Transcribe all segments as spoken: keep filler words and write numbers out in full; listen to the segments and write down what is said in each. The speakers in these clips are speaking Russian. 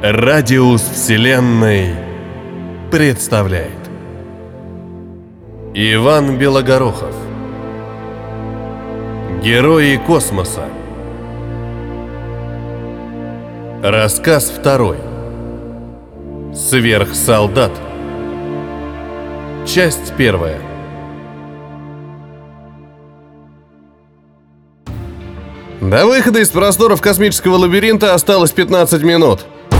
Радиус Вселенной представляет Иван Белогорохов. Герои космоса. Рассказ второй. Сверхсолдат. Часть первая. До выхода из просторов космического лабиринта осталось пятнадцать минут.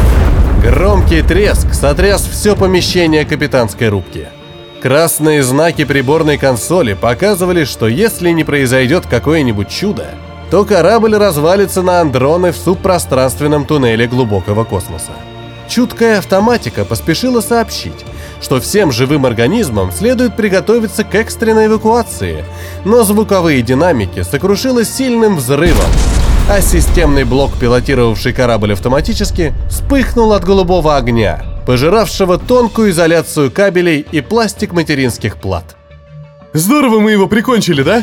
Громкий треск сотряс все помещение капитанской рубки. Красные знаки приборной консоли показывали, что если не произойдет какое-нибудь чудо, то корабль развалится на андроны в субпространственном туннеле глубокого космоса. Чуткая автоматика поспешила сообщить, что всем живым организмам следует приготовиться к экстренной эвакуации, но звуковые динамики сокрушило сильным взрывом, а системный блок, пилотировавший корабль автоматически, вспыхнул от голубого огня, пожиравшего тонкую изоляцию кабелей и пластик материнских плат. Здорово мы его прикончили, да?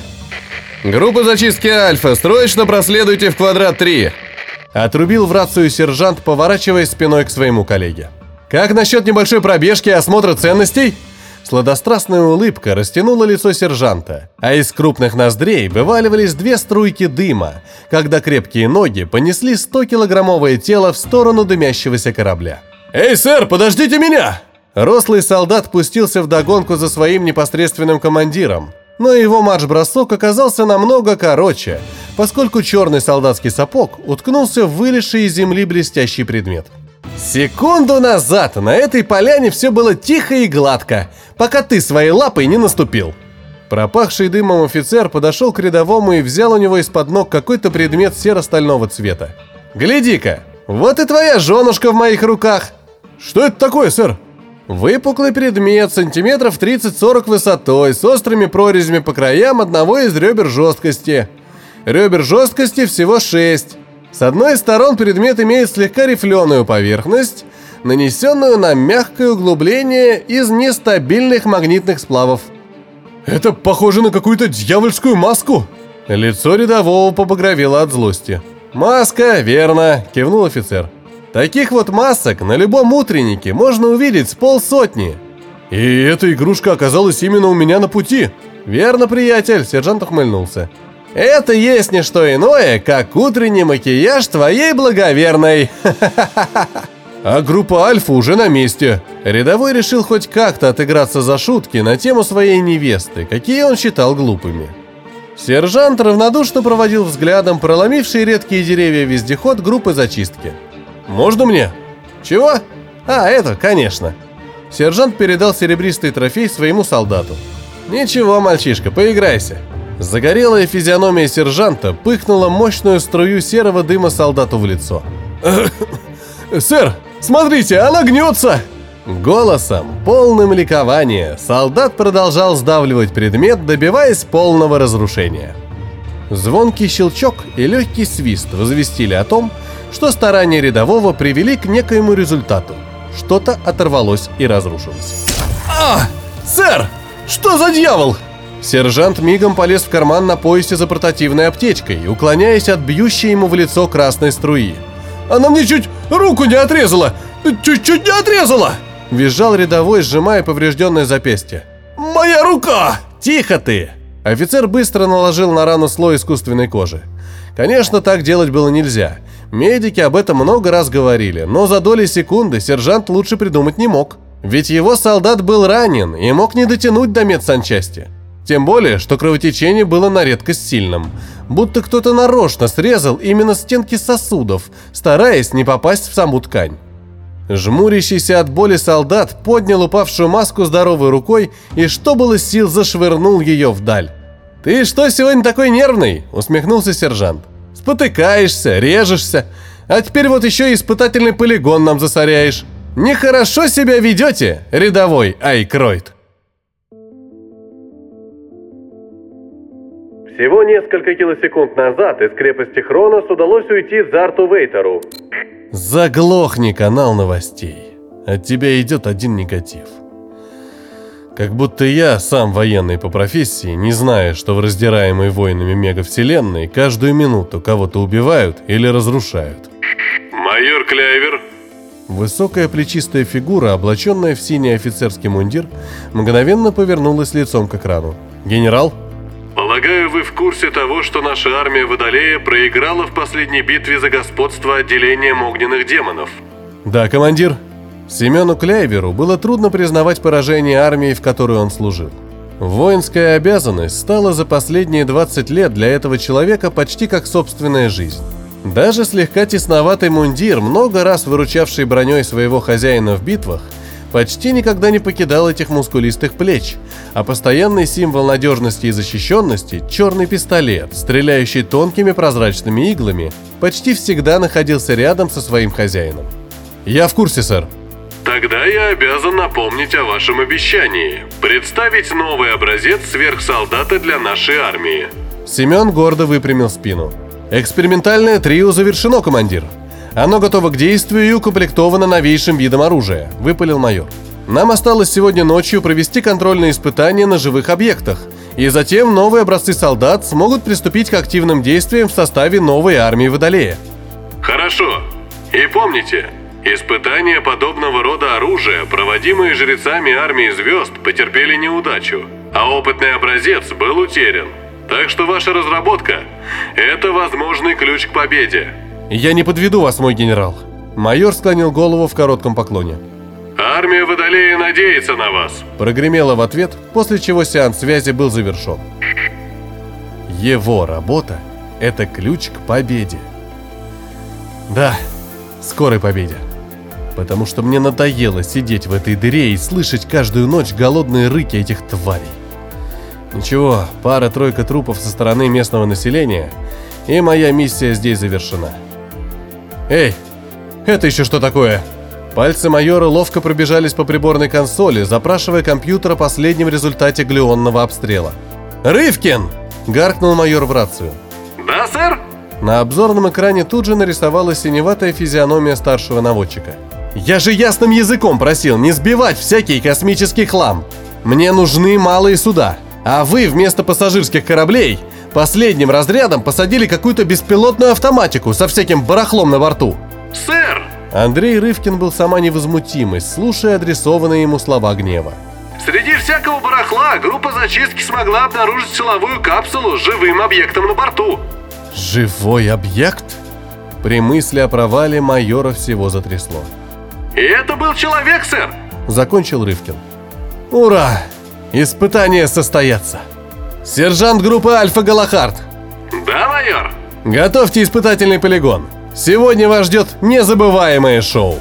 Группа зачистки Альфа, срочно проследуйте в квадрат три. Отрубил в рацию сержант, поворачиваясь спиной к своему коллеге. Как насчет небольшой пробежки и осмотра ценностей? Сладострастная улыбка растянула лицо сержанта, а из крупных ноздрей вываливались две струйки дыма, когда крепкие ноги понесли стокилограммовое тело в сторону дымящегося корабля. «Эй, сэр, подождите меня!» Рослый солдат пустился вдогонку за своим непосредственным командиром, но его марш-бросок оказался намного короче, поскольку черный солдатский сапог уткнулся в вылезший из земли блестящий предмет. Секунду назад на этой поляне все было тихо и гладко, пока ты своей лапой не наступил. Пропахший дымом офицер подошел к рядовому и взял у него из-под ног какой-то предмет серо-стального цвета. «Гляди-ка, вот и твоя женушка в моих руках!» «Что это такое, сэр?» Выпуклый предмет, сантиметров тридцать-сорок высотой, с острыми прорезями по краям одного из ребер жесткости. Ребер жесткости всего шесть. С одной из сторон предмет имеет слегка рифленую поверхность, нанесенную на мягкое углубление из нестабильных магнитных сплавов. Это похоже на какую-то дьявольскую маску. Лицо рядового побагровело от злости. «Маска, верно», — кивнул офицер. «Таких вот масок на любом утреннике можно увидеть с полсотни». И эта игрушка оказалась именно у меня на пути. «Верно, приятель», — сержант ухмыльнулся. «Это есть не что иное, как утренний макияж твоей благоверной». А группа Альфа уже на месте. Рядовой решил хоть как-то отыграться за шутки на тему своей невесты, какие он считал глупыми. Сержант равнодушно проводил взглядом проломивший редкие деревья вездеход группы зачистки. «Можно мне?» «Чего? А, это, конечно». Сержант передал серебристый трофей своему солдату. «Ничего, мальчишка, поиграйся». Загорелая физиономия сержанта пыхнула мощную струю серого дыма солдату в лицо. «Сэр, смотрите, она гнется!» Голосом, полным ликования, солдат продолжал сдавливать предмет, добиваясь полного разрушения. Звонкий щелчок и легкий свист возвестили о том, что старания рядового привели к некоему результату. Что-то оторвалось и разрушилось. «А! Сэр! Что за дьявол?» Сержант мигом полез в карман на поясе за портативной аптечкой, уклоняясь от бьющей ему в лицо красной струи. «Она мне чуть руку не отрезала! Чуть-чуть не отрезала!» Визжал рядовой, сжимая поврежденное запястье. «Моя рука!» «Тихо ты!» Офицер быстро наложил на рану слой искусственной кожи. Конечно, так делать было нельзя. Медики об этом много раз говорили, но за доли секунды сержант лучше придумать не мог. Ведь его солдат был ранен и мог не дотянуть до медсанчасти. Тем более, что кровотечение было на редкость сильным, будто кто-то нарочно срезал именно стенки сосудов, стараясь не попасть в саму ткань. Жмурящийся от боли солдат поднял упавшую маску здоровой рукой и, что было сил, зашвырнул ее вдаль. «Ты что сегодня такой нервный?» — усмехнулся сержант. «Спотыкаешься, режешься, а теперь вот еще и испытательный полигон нам засоряешь. Нехорошо себя ведете, рядовой Айкроид». Всего несколько килосекунд назад из крепости Хронос удалось уйти Зарту Вейтеру. Заглохни, канал новостей. От тебя идет один негатив. Как будто я, сам военный по профессии, не знаю, что в раздираемой войнами мегавселенной каждую минуту кого-то убивают или разрушают. Майор Кляйвер. Высокая плечистая фигура, облаченная в синий офицерский мундир, мгновенно повернулась лицом к экрану. «Генерал?» Полагаю, вы в курсе того, что наша армия Водолея проиграла в последней битве за господство отделением огненных демонов? «Да, командир». Семену Кляйверу было трудно признавать поражение армии, в которой он служил. Воинская обязанность стала за последние двадцать лет для этого человека почти как собственная жизнь. Даже слегка тесноватый мундир, много раз выручавший броней своего хозяина в битвах, почти никогда не покидал этих мускулистых плеч, а постоянный символ надежности и защищенности, черный пистолет, стреляющий тонкими прозрачными иглами, почти всегда находился рядом со своим хозяином. «Я в курсе, сэр». Тогда я обязан напомнить о вашем обещании – представить новый образец сверхсолдата для нашей армии. Семен гордо выпрямил спину. «Экспериментальное трио завершено, командир. Оно готово к действию и укомплектовано новейшим видом оружия», – выпалил майор. «Нам осталось сегодня ночью провести контрольные испытания на живых объектах, и затем новые образцы солдат смогут приступить к активным действиям в составе новой армии Водолея». Хорошо. И помните, испытания подобного рода оружия, проводимые жрецами армии звезд, потерпели неудачу, а опытный образец был утерян. Так что ваша разработка – это возможный ключ к победе. «Я не подведу вас, мой генерал». Майор склонил голову в коротком поклоне. Армия Водолея надеется на вас. Прогремело в ответ, после чего сеанс связи был завершен. Его работа – это ключ к победе. Да, скорой победе. Потому что мне надоело сидеть в этой дыре и слышать каждую ночь голодные рыки этих тварей. Ничего, пара-тройка трупов со стороны местного населения, и моя миссия здесь завершена. «Эй, это еще что такое?» Пальцы майора ловко пробежались по приборной консоли, запрашивая компьютер о последнем результате глюонного обстрела. «Рывкин!» – гаркнул майор в рацию. Да, сэр? На обзорном экране тут же нарисовалась синеватая физиономия старшего наводчика. «Я же ясным языком просил не сбивать всякий космический хлам! Мне нужны малые суда, а вы вместо пассажирских кораблей последним разрядом посадили какую-то беспилотную автоматику со всяким барахлом на борту!» Сэр! Андрей Рывкин был сама невозмутимость, слушая адресованные ему слова гнева. Среди всякого барахла группа зачистки смогла обнаружить силовую капсулу с живым объектом на борту. «Живой объект?» При мысли о провале майора всего затрясло. И это был человек, сэр! Закончил Рывкин. «Ура! Испытания состоятся! Сержант группы Альфа Галахард! Да, майор? Готовьте испытательный полигон! Сегодня вас ждет незабываемое шоу!»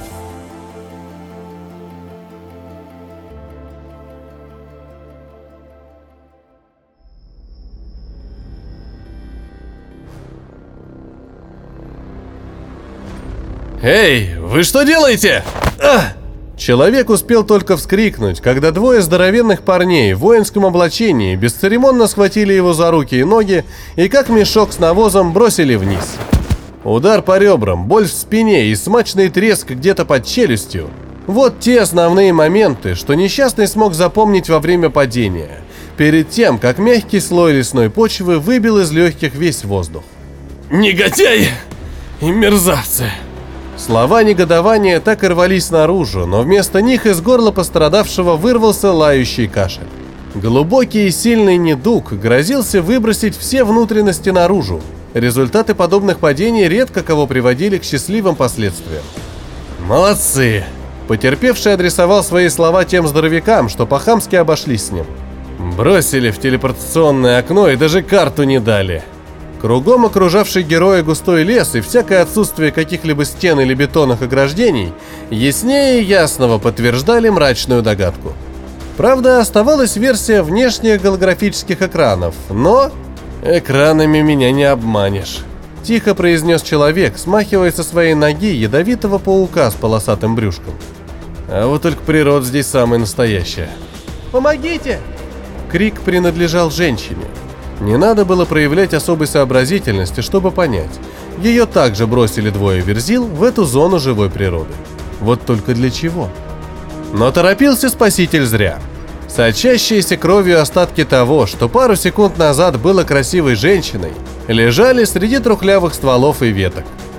«Эй, вы что делаете?» а! Человек успел только вскрикнуть, когда двое здоровенных парней в воинском облачении бесцеремонно схватили его за руки и ноги и как мешок с навозом бросили вниз. Удар по ребрам, боль в спине и смачный треск где-то под челюстью – вот те основные моменты, что несчастный смог запомнить во время падения, перед тем, как мягкий слой лесной почвы выбил из легких весь воздух. «Негодяи и мерзавцы!» Слова негодования так и рвались наружу, но вместо них из горла пострадавшего вырвался лающий кашель. Глубокий и сильный недуг грозился выбросить все внутренности наружу. Результаты подобных падений редко кого приводили к счастливым последствиям. «Молодцы!» Потерпевший адресовал свои слова тем здоровякам, что по-хамски обошлись с ним. Бросили в телепортационное окно и даже карту не дали. Кругом окружавший героя густой лес и всякое отсутствие каких-либо стен или бетонных ограждений яснее ясного подтверждали мрачную догадку. Правда, оставалась версия внешних голографических экранов, но... «Экранами меня не обманешь», — тихо произнес человек, смахивая со своей ноги ядовитого паука с полосатым брюшком. А вот только природа здесь самая настоящая. «Помогите!» Крик принадлежал женщине. Не надо было проявлять особой сообразительности, чтобы понять. Ее также бросили двое верзил в эту зону живой природы. Вот только для чего? Но торопился спаситель зря. Сочащиеся кровью остатки того, что пару секунд назад было красивой женщиной, лежали среди трухлявых стволов и веток.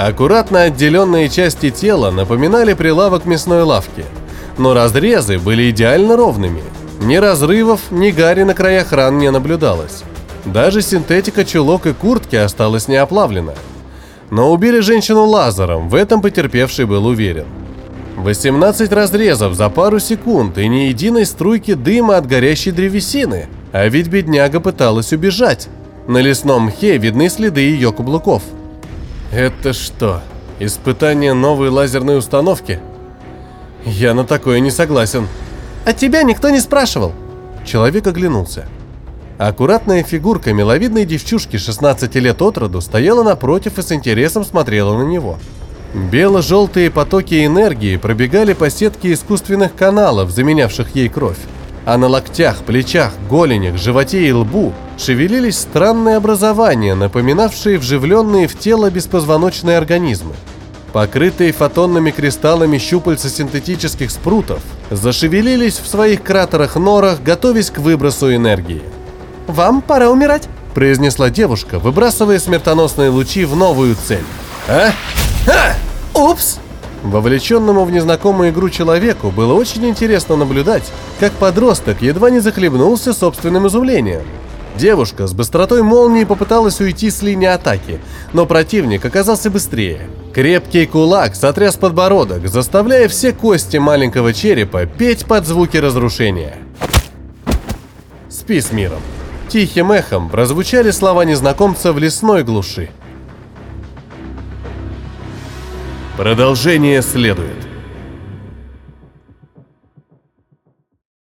Аккуратно отделенные части тела напоминали прилавок мясной лавки, но разрезы были идеально ровными. Ни разрывов, ни гари на краях ран не наблюдалось. Даже синтетика чулок и куртки осталась неоплавлена. Но убили женщину лазером, в этом потерпевший был уверен. восемнадцать разрезов за пару секунд и ни единой струйки дыма от горящей древесины. А ведь бедняга пыталась убежать. На лесном мхе видны следы ее каблуков. Это что, испытание новой лазерной установки? Я на такое не согласен. А тебя никто не спрашивал. Человек оглянулся. Аккуратная фигурка миловидной девчушки шестнадцати лет от роду стояла напротив и с интересом смотрела на него. Бело-желтые потоки энергии пробегали по сетке искусственных каналов, заменявших ей кровь. А на локтях, плечах, голенях, животе и лбу шевелились странные образования, напоминавшие вживленные в тело беспозвоночные организмы. Покрытые фотонными кристаллами щупальца синтетических спрутов зашевелились в своих кратерах-норах, готовясь к выбросу энергии. «Вам пора умирать», — произнесла девушка, выбрасывая смертоносные лучи в новую цель. «А? Ха! Упс!» Вовлеченному в незнакомую игру человеку было очень интересно наблюдать, как подросток едва не захлебнулся собственным изумлением. Девушка с быстротой молнии попыталась уйти с линии атаки, но противник оказался быстрее. Крепкий кулак сотряс подбородок, заставляя все кости маленького черепа петь под звуки разрушения. «Спи с миром». Тихим эхом прозвучали слова незнакомца в лесной глуши. Продолжение следует.